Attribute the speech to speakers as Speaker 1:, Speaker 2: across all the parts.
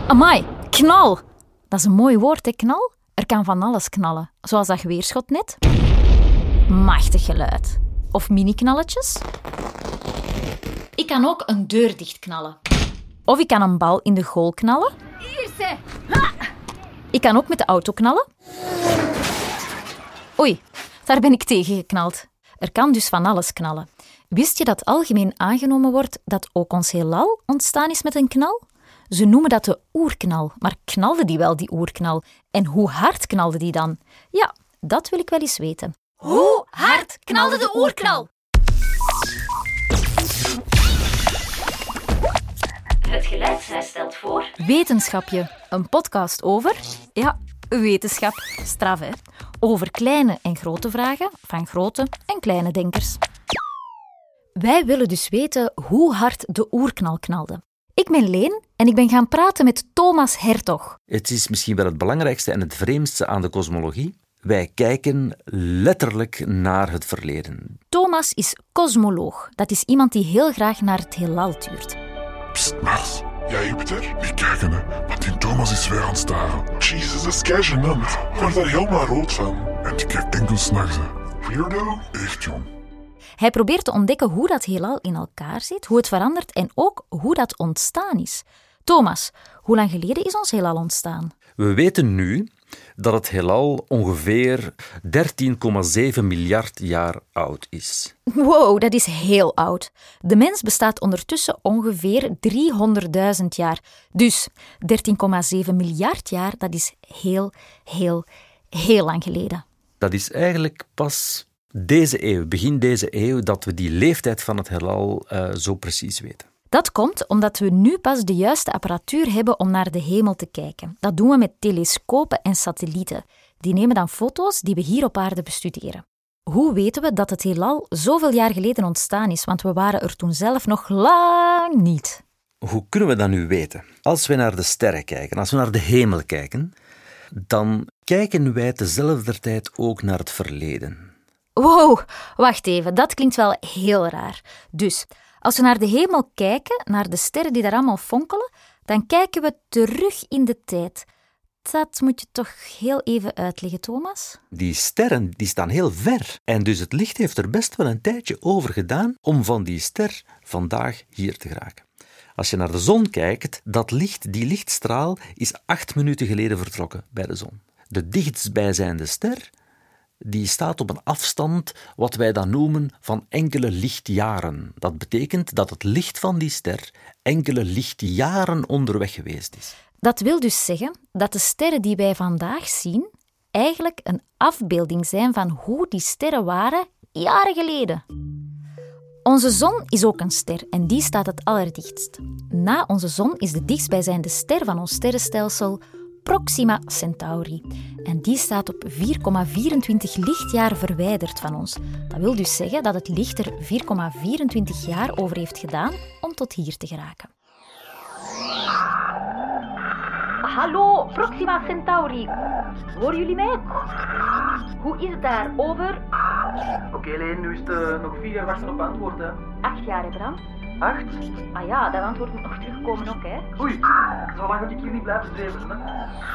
Speaker 1: Amai, knal. Dat is een mooi woord, hè, knal? Er kan van alles knallen. Zoals dat geweerschot net. Machtig geluid. Of mini-knalletjes. Ik kan ook een deur dichtknallen. Of ik kan een bal in de goal knallen. Hier, ze. Ik kan ook met de auto knallen. Oei, daar ben ik tegen geknald. Er kan dus van alles knallen. Wist je dat algemeen aangenomen wordt dat ook ons heelal ontstaan is met een knal? Ze noemen dat de oerknal. Maar knalde die wel, die oerknal? En hoe hard knalde die dan? Ja, dat wil ik wel eens weten.
Speaker 2: Hoe hard knalde de oerknal? Het Geluidshuis stelt voor...
Speaker 1: Wetenschapje, een podcast over... Ja, wetenschap. Straf, hè? Over kleine en grote vragen van grote en kleine denkers. Wij willen dus weten hoe hard de oerknal knalde. Ik ben Leen en ik ben gaan praten met Thomas Hertog.
Speaker 3: Het is misschien wel het belangrijkste en het vreemdste aan de kosmologie. Wij kijken letterlijk naar het verleden.
Speaker 1: Thomas is kosmoloog. Dat is iemand die heel graag naar het heelal tuurt.
Speaker 4: Psst, Mars. Ja, Jupiter? Niet kijken, hè. Want die Thomas is weer aan het staren. Jezus, dat is kei gênant. Ik word daar helemaal rood van. En die kijkt enkel s'nachts, hè. Weirdo? Echt, jong.
Speaker 1: Hij probeert te ontdekken hoe dat heelal in elkaar zit, hoe het verandert en ook hoe dat ontstaan is. Thomas, hoe lang geleden is ons heelal ontstaan?
Speaker 3: We weten nu dat het heelal ongeveer 13,7 miljard jaar oud is.
Speaker 1: Wow, dat is heel oud. De mens bestaat ondertussen ongeveer 300.000 jaar. Dus 13,7 miljard jaar, dat is heel lang geleden.
Speaker 3: Dat is eigenlijk pas deze eeuw, begin deze eeuw, dat we die leeftijd van het heelal zo precies weten.
Speaker 1: Dat komt omdat we nu pas de juiste apparatuur hebben om naar de hemel te kijken. Dat doen we met telescopen en satellieten. Die nemen dan foto's die we hier op aarde bestuderen. Hoe weten we dat het heelal zoveel jaar geleden ontstaan is? Want we waren er toen zelf nog lang niet.
Speaker 3: Hoe kunnen we dat nu weten? Als we naar de sterren kijken, als we naar de hemel kijken, dan kijken wij tezelfdertijd ook naar het verleden.
Speaker 1: Wow, wacht even, dat klinkt wel heel raar. Dus, als we naar de hemel kijken, naar de sterren die daar allemaal fonkelen, dan kijken we terug in de tijd. Dat moet je toch heel even uitleggen, Thomas?
Speaker 3: Die sterren die staan heel ver. En dus het licht heeft er best wel een tijdje over gedaan om van die ster vandaag hier te geraken. Als je naar de zon kijkt, dat licht, die lichtstraal, is 8 minuten geleden vertrokken bij de zon. De dichtstbijzijnde ster, die staat op een afstand wat wij dan noemen van enkele lichtjaren. Dat betekent dat het licht van die ster enkele lichtjaren onderweg geweest is.
Speaker 1: Dat wil dus zeggen dat de sterren die wij vandaag zien eigenlijk een afbeelding zijn van hoe die sterren waren jaren geleden. Onze zon is ook een ster en die staat het allerdichtst. Na onze zon is de dichtstbijzijnde ster van ons sterrenstelsel Proxima Centauri. En die staat op 4,24 lichtjaar verwijderd van ons. Dat wil dus zeggen dat het licht er 4,24 jaar over heeft gedaan om tot hier te geraken.
Speaker 2: Hallo, Proxima Centauri. Horen jullie mij? Hoe is het daar? Over?
Speaker 5: Oké, Leen, nu is het nog 4 jaar wachten op antwoord, hè.
Speaker 2: 8 jaar, hè, Bram?
Speaker 5: 8?
Speaker 2: Ah ja, dat antwoord moet nog terugkomen ook, hè.
Speaker 5: Oei, zo lang moet ik hier niet blijven zweven, hè.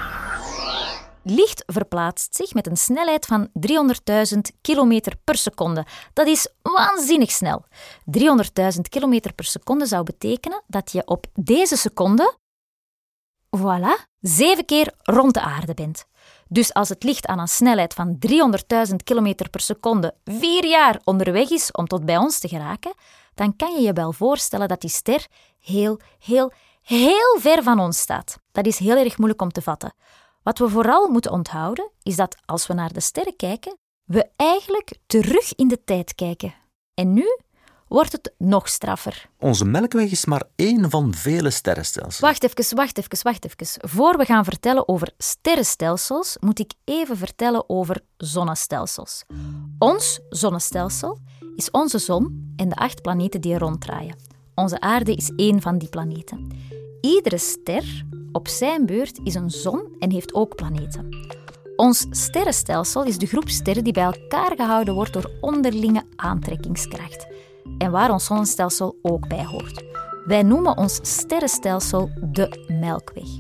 Speaker 1: Licht verplaatst zich met een snelheid van 300.000 kilometer per seconde. Dat is waanzinnig snel. 300.000 kilometer per seconde zou betekenen dat je op deze seconde, voilà, 7 keer rond de aarde bent. Dus als het licht aan een snelheid van 300.000 kilometer per seconde 4 jaar onderweg is om tot bij ons te geraken, dan kan je je wel voorstellen dat die ster heel ver van ons staat. Dat is heel erg moeilijk om te vatten. Wat we vooral moeten onthouden, is dat als we naar de sterren kijken, we eigenlijk terug in de tijd kijken. En nu wordt het nog straffer.
Speaker 3: Onze Melkweg is maar één van vele sterrenstelsels.
Speaker 1: Wacht even. Voor we gaan vertellen over sterrenstelsels, moet ik even vertellen over zonnestelsels. Ons zonnestelsel is onze zon en de 8 planeten die er ronddraaien. Onze aarde is 1 van die planeten. Iedere ster op zijn beurt is een zon en heeft ook planeten. Ons sterrenstelsel is de groep sterren die bij elkaar gehouden wordt door onderlinge aantrekkingskracht. En waar ons zonnestelsel ook bij hoort. Wij noemen ons sterrenstelsel de Melkweg.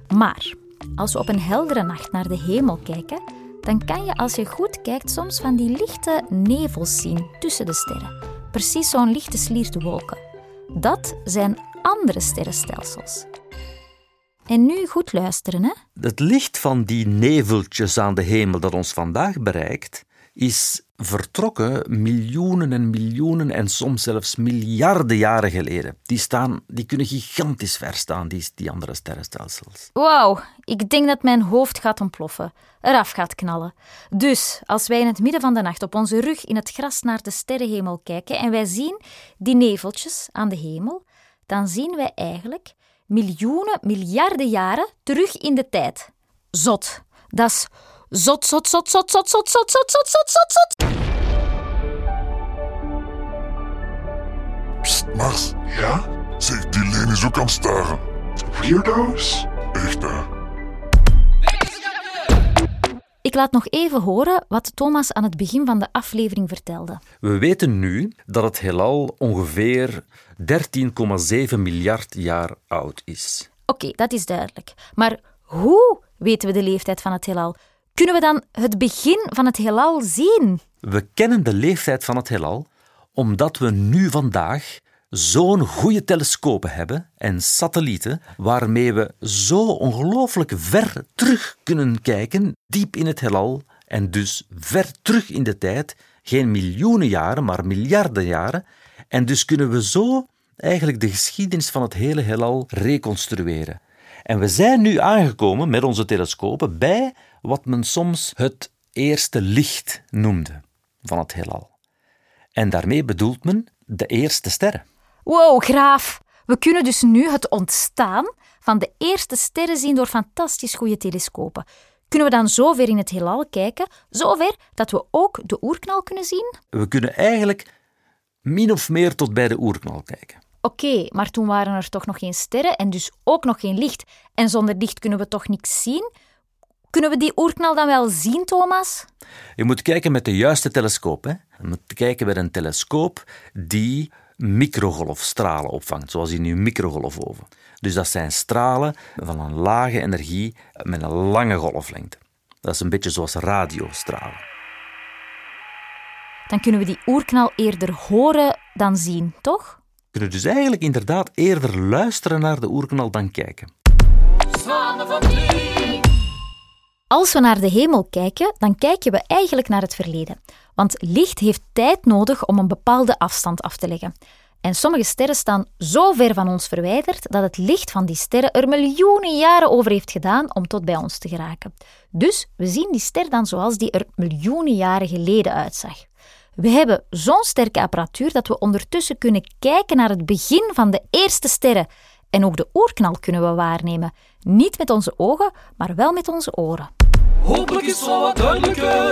Speaker 1: Maar als we op een heldere nacht naar de hemel kijken, dan kan je als je goed kijkt soms van die lichte nevels zien tussen de sterren. Precies zo'n lichte slierte wolken. Dat zijn andere sterrenstelsels. En nu goed luisteren, hè?
Speaker 3: Het licht van die neveltjes aan de hemel dat ons vandaag bereikt, is vertrokken miljoenen en miljoenen en soms zelfs miljarden jaren geleden. Die kunnen gigantisch ver staan, die andere sterrenstelsels.
Speaker 1: Wauw, ik denk dat mijn hoofd gaat ontploffen, eraf gaat knallen. Dus, als wij in het midden van de nacht op onze rug in het gras naar de sterrenhemel kijken en wij zien die neveltjes aan de hemel, dan zien wij eigenlijk miljoenen, miljarden jaren terug in de tijd. Zot. Dat is zot.
Speaker 4: Psst, Mars. Ja? Zeg, die Leen is ook aan het staren. Weirdo's? Echt, hè?
Speaker 1: Ik laat nog even horen wat Thomas aan het begin van de aflevering vertelde.
Speaker 3: We weten nu dat het heelal ongeveer 13,7 miljard jaar oud is.
Speaker 1: Oké, dat is duidelijk. Maar hoe weten we de leeftijd van het heelal? Kunnen we dan het begin van het heelal zien?
Speaker 3: We kennen de leeftijd van het heelal omdat we nu vandaag zo'n goede telescopen hebben en satellieten waarmee we zo ongelooflijk ver terug kunnen kijken, diep in het heelal en dus ver terug in de tijd, geen miljoenen jaren, maar miljarden jaren. En dus kunnen we zo eigenlijk de geschiedenis van het hele heelal reconstrueren. En we zijn nu aangekomen met onze telescopen bij wat men soms het eerste licht noemde van het heelal. En daarmee bedoelt men de eerste sterren.
Speaker 1: Wow, graaf! We kunnen dus nu het ontstaan van de eerste sterren zien door fantastisch goede telescopen. Kunnen we dan zover in het heelal kijken, zover dat we ook de oerknal kunnen zien?
Speaker 3: We kunnen eigenlijk min of meer tot bij de oerknal kijken.
Speaker 1: Oké, maar toen waren er toch nog geen sterren en dus ook nog geen licht. En zonder licht kunnen we toch niks zien? Kunnen we die oerknal dan wel zien, Thomas?
Speaker 3: Je moet kijken met de juiste telescoop. Hè? Je moet kijken met een telescoop die microgolfstralen opvangt, zoals in uw microgolfoven. Dus dat zijn stralen van een lage energie met een lange golflengte. Dat is een beetje zoals radiostralen.
Speaker 1: Dan kunnen we die oerknal eerder horen dan zien, toch?
Speaker 3: We kunnen dus eigenlijk inderdaad eerder luisteren naar de oerknal dan kijken.
Speaker 1: Als we naar de hemel kijken, dan kijken we eigenlijk naar het verleden. Want licht heeft tijd nodig om een bepaalde afstand af te leggen. En sommige sterren staan zo ver van ons verwijderd dat het licht van die sterren er miljoenen jaren over heeft gedaan om tot bij ons te geraken. Dus we zien die ster dan zoals die er miljoenen jaren geleden uitzag. We hebben zo'n sterke apparatuur dat we ondertussen kunnen kijken naar het begin van de eerste sterren. En ook de oerknal kunnen we waarnemen. Niet met onze ogen, maar wel met onze oren.
Speaker 6: Hopelijk is het wel wat duidelijker.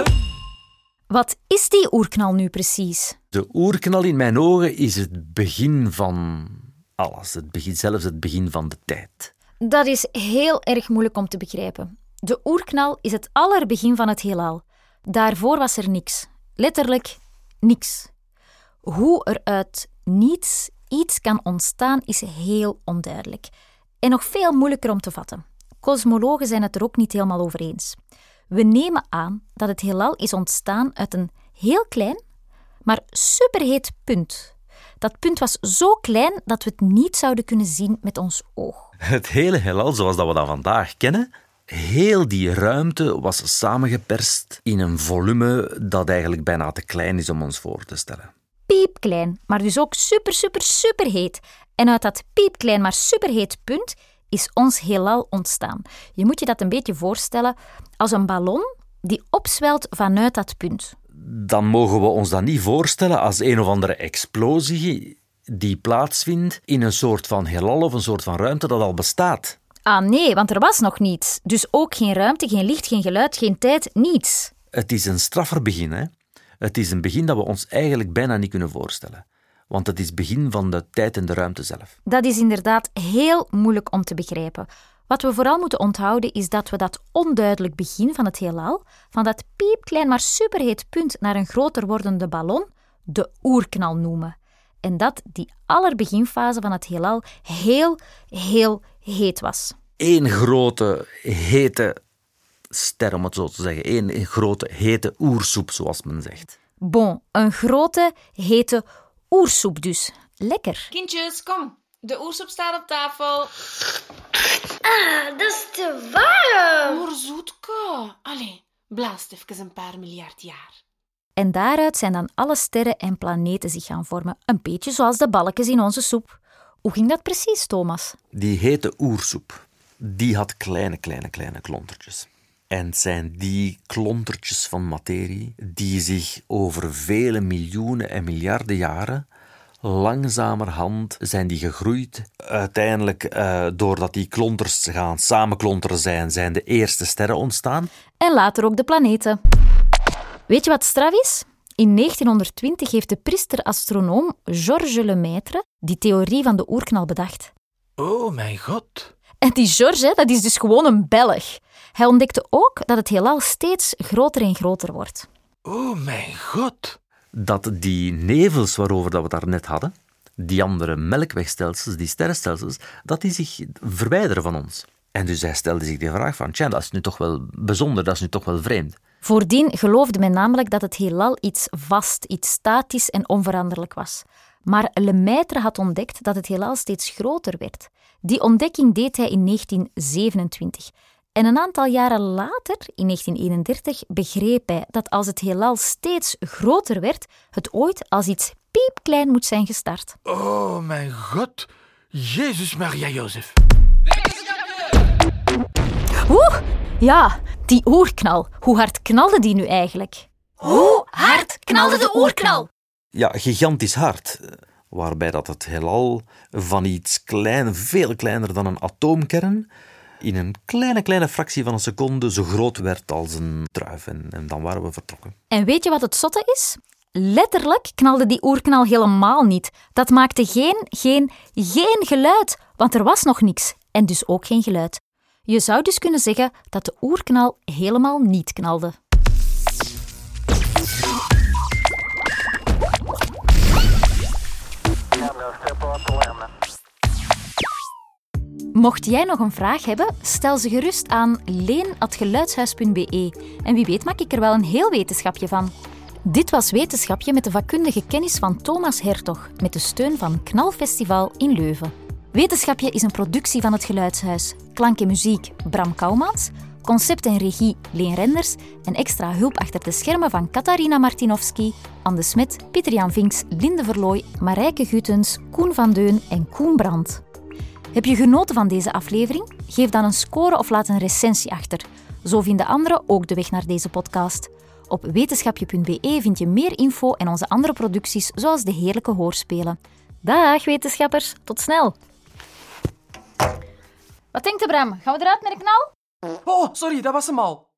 Speaker 1: Wat is die oerknal nu precies?
Speaker 3: De oerknal in mijn ogen is het begin van alles. Zelfs het begin van de tijd.
Speaker 1: Dat is heel erg moeilijk om te begrijpen. De oerknal is het allerbegin van het heelal. Daarvoor was er niks. Letterlijk niks. Hoe er uit niets iets kan ontstaan is heel onduidelijk. En nog veel moeilijker om te vatten. Kosmologen zijn het er ook niet helemaal over eens. We nemen aan dat het heelal is ontstaan uit een heel klein, maar superheet punt. Dat punt was zo klein dat we het niet zouden kunnen zien met ons oog.
Speaker 3: Het hele heelal, zoals dat we dat vandaag kennen, heel die ruimte was samengeperst in een volume dat eigenlijk bijna te klein is om ons voor te stellen.
Speaker 1: Piepklein, maar dus ook superheet. En uit dat piepklein, maar superheet punt is ons heelal ontstaan. Je moet je dat een beetje voorstellen als een ballon die opzwelt vanuit dat punt.
Speaker 3: Dan mogen we ons dat niet voorstellen als een of andere explosie die plaatsvindt in een soort van heelal of een soort van ruimte dat al bestaat.
Speaker 1: Ah nee, want er was nog niets. Dus ook geen ruimte, geen licht, geen geluid, geen tijd, niets.
Speaker 3: Het is een straffer begin, hè? Het is een begin dat we ons eigenlijk bijna niet kunnen voorstellen. Want het is het begin van de tijd en de ruimte zelf.
Speaker 1: Dat is inderdaad heel moeilijk om te begrijpen. Wat we vooral moeten onthouden is dat we dat onduidelijk begin van het heelal, van dat piepklein maar superheet punt naar een groter wordende ballon, de oerknal noemen. En dat die allerbeginfase van het heelal heel heet was.
Speaker 3: één grote, hete ster, om het zo te zeggen. Eén grote, hete oersoep, zoals men zegt.
Speaker 1: Bon, een grote, hete oersoep dus. Lekker.
Speaker 7: Kindjes, kom. De oersoep staat op tafel.
Speaker 8: Dat is te warm.
Speaker 7: Maar zoetke. Allee, blaast even een paar miljard jaar.
Speaker 1: En daaruit zijn dan alle sterren en planeten zich gaan vormen. Een beetje zoals de balkjes in onze soep. Hoe ging dat precies, Thomas?
Speaker 3: Die hete oersoep, die had kleine klontertjes. En het zijn die klontertjes van materie die zich over vele miljoenen en miljarden jaren langzamerhand zijn die gegroeid. Uiteindelijk, doordat die klonters gaan samenklonteren zijn de eerste sterren ontstaan.
Speaker 1: En later ook de planeten. Weet je wat straf is? In 1920 heeft de priester-astronoom Georges Lemaitre die theorie van de oerknal bedacht.
Speaker 6: Oh mijn god.
Speaker 1: En die Georges, dat is dus gewoon een Belg. Hij ontdekte ook dat het heelal steeds groter en groter wordt.
Speaker 6: Oh mijn god.
Speaker 3: Dat die nevels waarover dat we het daarnet hadden, die andere melkwegstelsels, die sterrenstelsels, dat die zich verwijderen van ons. En dus hij stelde zich de vraag van, tja, dat is nu toch wel bijzonder, dat is nu toch wel vreemd.
Speaker 1: Voordien geloofde men namelijk dat het heelal iets vast, iets statisch en onveranderlijk was. Maar Lemaitre had ontdekt dat het heelal steeds groter werd. Die ontdekking deed hij in 1927. En een aantal jaren later, in 1931, begreep hij dat als het heelal steeds groter werd, het ooit als iets piepklein moet zijn gestart.
Speaker 6: Oh mijn god. Jezus Maria Jozef.
Speaker 1: Oeh, ja, die oerknal. Hoe hard knalde die nu eigenlijk?
Speaker 8: Hoe hard knalde de oerknal?
Speaker 3: Ja, gigantisch hard. Waarbij dat het heelal van iets klein, veel kleiner dan een atoomkern, in een kleine fractie van een seconde zo groot werd als een druif. En dan waren we vertrokken.
Speaker 1: En weet je wat het zotte is? Letterlijk knalde die oerknal helemaal niet. Dat maakte geen geluid, want er was nog niks. En dus ook geen geluid. Je zou dus kunnen zeggen dat de oerknal helemaal niet knalde. Mocht jij nog een vraag hebben, stel ze gerust aan leen@geluidshuis.be. En wie weet maak ik er wel een heel wetenschapje van. Dit was Wetenschapje met de vakkundige kennis van Thomas Hertog, met de steun van Knalfestival in Leuven. Wetenschapje is een productie van het Geluidshuis. Klank en muziek Bram Kouwmans, concept en regie Leen Renders en extra hulp achter de schermen van Katarina Martinovski, Anne de Smet, Pieter-Jan Vinks, Linde Verlooy, Marijke Guttens, Koen van Deun en Koen Brandt. Heb je genoten van deze aflevering? Geef dan een score of laat een recensie achter. Zo vinden anderen ook de weg naar deze podcast. Op wetenschapje.be vind je meer info en onze andere producties, zoals de heerlijke hoorspelen. Dag wetenschappers, tot snel! Wat denkt de Bram? Gaan we eruit met een knal?
Speaker 5: Oh, sorry, dat was hem al.